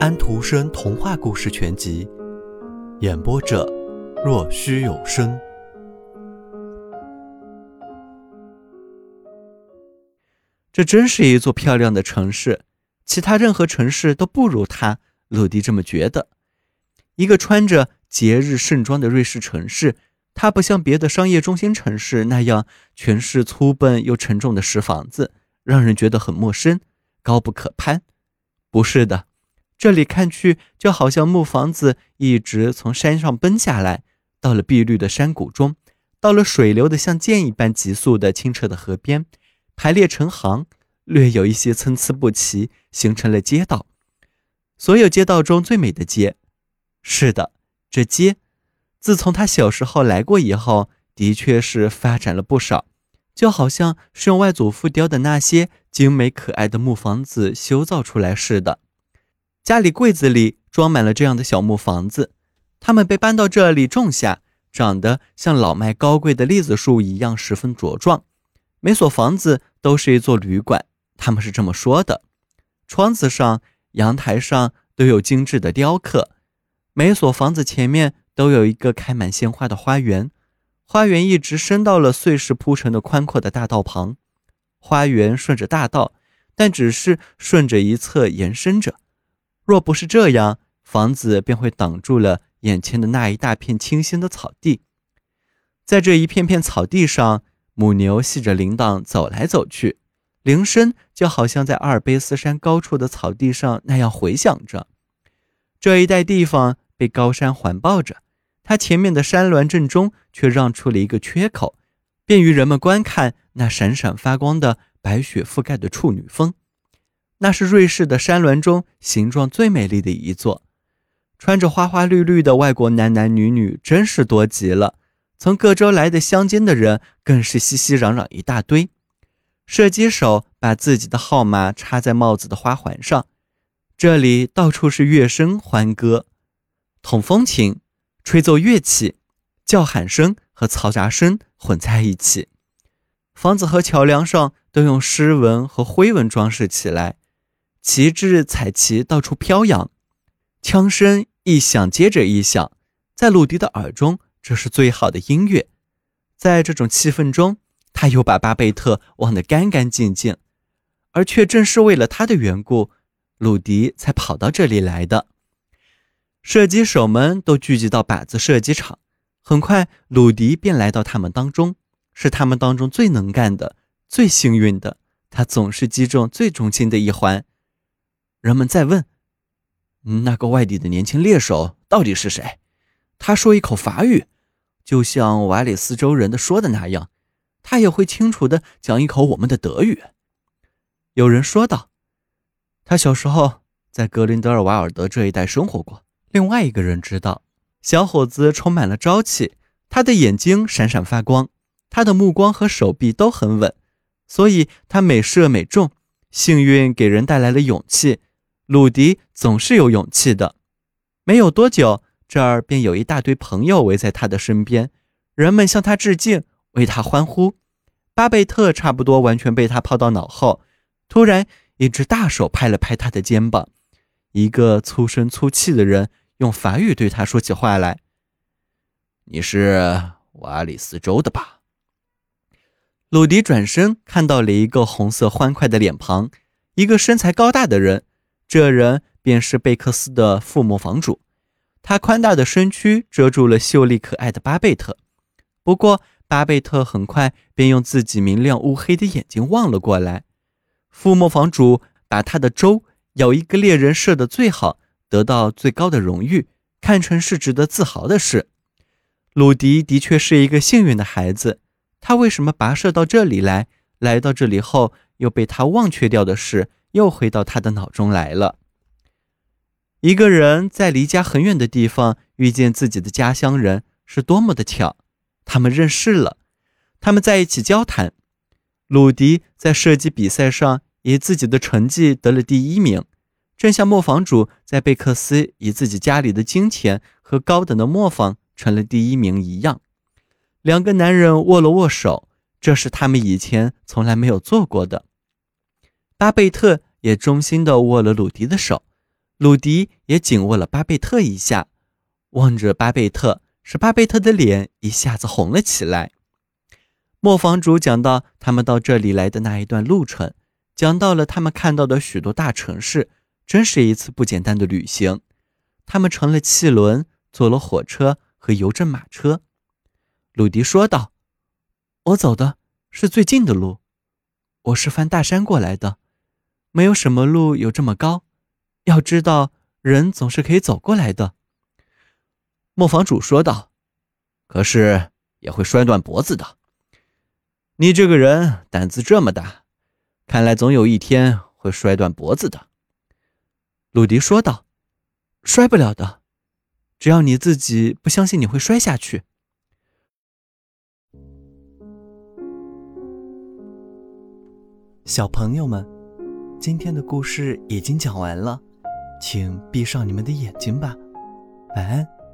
安徒生童话故事全集，演播者若虚有声。这真是一座漂亮的城市，其他任何城市都不如它，鲁迪这么觉得。一个穿着节日盛装的瑞士城市，它不像别的商业中心城市那样全是粗笨又沉重的石房子，让人觉得很陌生，高不可攀。不是的，这里看去就好像木房子一直从山上奔下来，到了碧绿的山谷中，到了水流的像箭一般急速的清澈的河边，排列成行，略有一些参差不齐，形成了街道。所有街道中最美的街，是的，这街自从他小时候来过以后，的确是发展了不少，就好像是用外祖父雕的那些精美可爱的木房子修造出来似的。家里柜子里装满了这样的小木房子，它们被搬到这里种下，长得像老迈高贵的栗子树一样十分茁壮。每所房子都是一座旅馆，他们是这么说的。窗子上、阳台上都有精致的雕刻，每所房子前面都有一个开满鲜花的花园，花园一直伸到了碎石铺成的宽阔的大道旁。花园顺着大道，但只是顺着一侧延伸着，若不是这样，房子便会挡住了眼前的那一大片清新的草地。在这一片片草地上，母牛系着铃铛走来走去，铃声就好像在阿尔卑斯山高处的草地上那样回响着。这一带地方被高山环抱着，它前面的山峦正中却让出了一个缺口，便于人们观看那闪闪发光的白雪覆盖的处女峰。那是瑞士的山峦中形状最美丽的一座。穿着花花绿绿的外国男男女女真是多极了，从各州来的乡间的人更是熙熙攘攘一大堆。射击手把自己的号码插在帽子的花环上，这里到处是乐声欢歌，筒风琴、吹奏乐器、叫喊声和嘈杂声混在一起。房子和桥梁上都用诗文和徽文装饰起来，旗帜彩旗到处飘扬，枪声一响接着一响，在鲁迪的耳中，这是最好的音乐。在这种气氛中，他又把巴贝特忘得干干净净，而却正是为了他的缘故，鲁迪才跑到这里来的。射击手们都聚集到靶子射击场，很快鲁迪便来到他们当中，是他们当中最能干的，最幸运的，他总是击中最中心的一环。人们在问，那个外地的年轻猎手到底是谁？他说一口法语，就像瓦里斯州人的说的那样，他也会清楚地讲一口我们的德语。有人说道，他小时候在格林德尔瓦尔德这一带生活过。另外一个人知道，小伙子充满了朝气，他的眼睛闪闪发光，他的目光和手臂都很稳，所以他每射每中。幸运给人带来了勇气，鲁迪总是有勇气的。没有多久，这儿便有一大堆朋友围在他的身边，人们向他致敬，为他欢呼。巴贝特差不多完全被他抛到脑后，突然一只大手拍了拍他的肩膀，一个粗声粗气的人用法语对他说起话来，你是瓦里斯州的吧？鲁迪转身看到了一个红色欢快的脸庞，一个身材高大的人，这人便是贝克斯的父母房主。他宽大的身躯遮住了秀丽可爱的巴贝特，不过巴贝特很快便用自己明亮乌黑的眼睛望了过来。父母房主把他的州有一个猎人射得最好，得到最高的荣誉，看成是值得自豪的事。鲁迪的确是一个幸运的孩子，他为什么跋涉到这里来到这里后又被他忘却掉的事又回到他的脑中来了。一个人在离家很远的地方遇见自己的家乡人是多么的巧，他们认识了，他们在一起交谈。鲁迪在射击比赛上以自己的成绩得了第1名，正像磨坊主在贝克斯以自己家里的金钱和高等的磨坊成了第1名一样。两个男人握了握手，这是他们以前从来没有做过的。巴贝特也衷心地握了鲁迪的手， 鲁迪也紧握了巴贝特一下，望着巴贝特，使巴贝特的脸一下子红了起来。磨坊主讲到他们到这里来的那一段路程，讲到了他们看到的许多大城市，真是一次不简单的旅行。他们乘了汽轮，坐了火车和邮政马车。鲁迪说道：我走的是最近的路，我是翻大山过来的，没有什么路有这么高，要知道人总是可以走过来的。磨坊主说道：可是也会摔断脖子的。你这个人胆子这么大，看来总有一天会摔断脖子的。鲁迪说道：摔不了的，只要你自己不相信你会摔下去。小朋友们，今天的故事已经讲完了，请闭上你们的眼睛吧，晚安。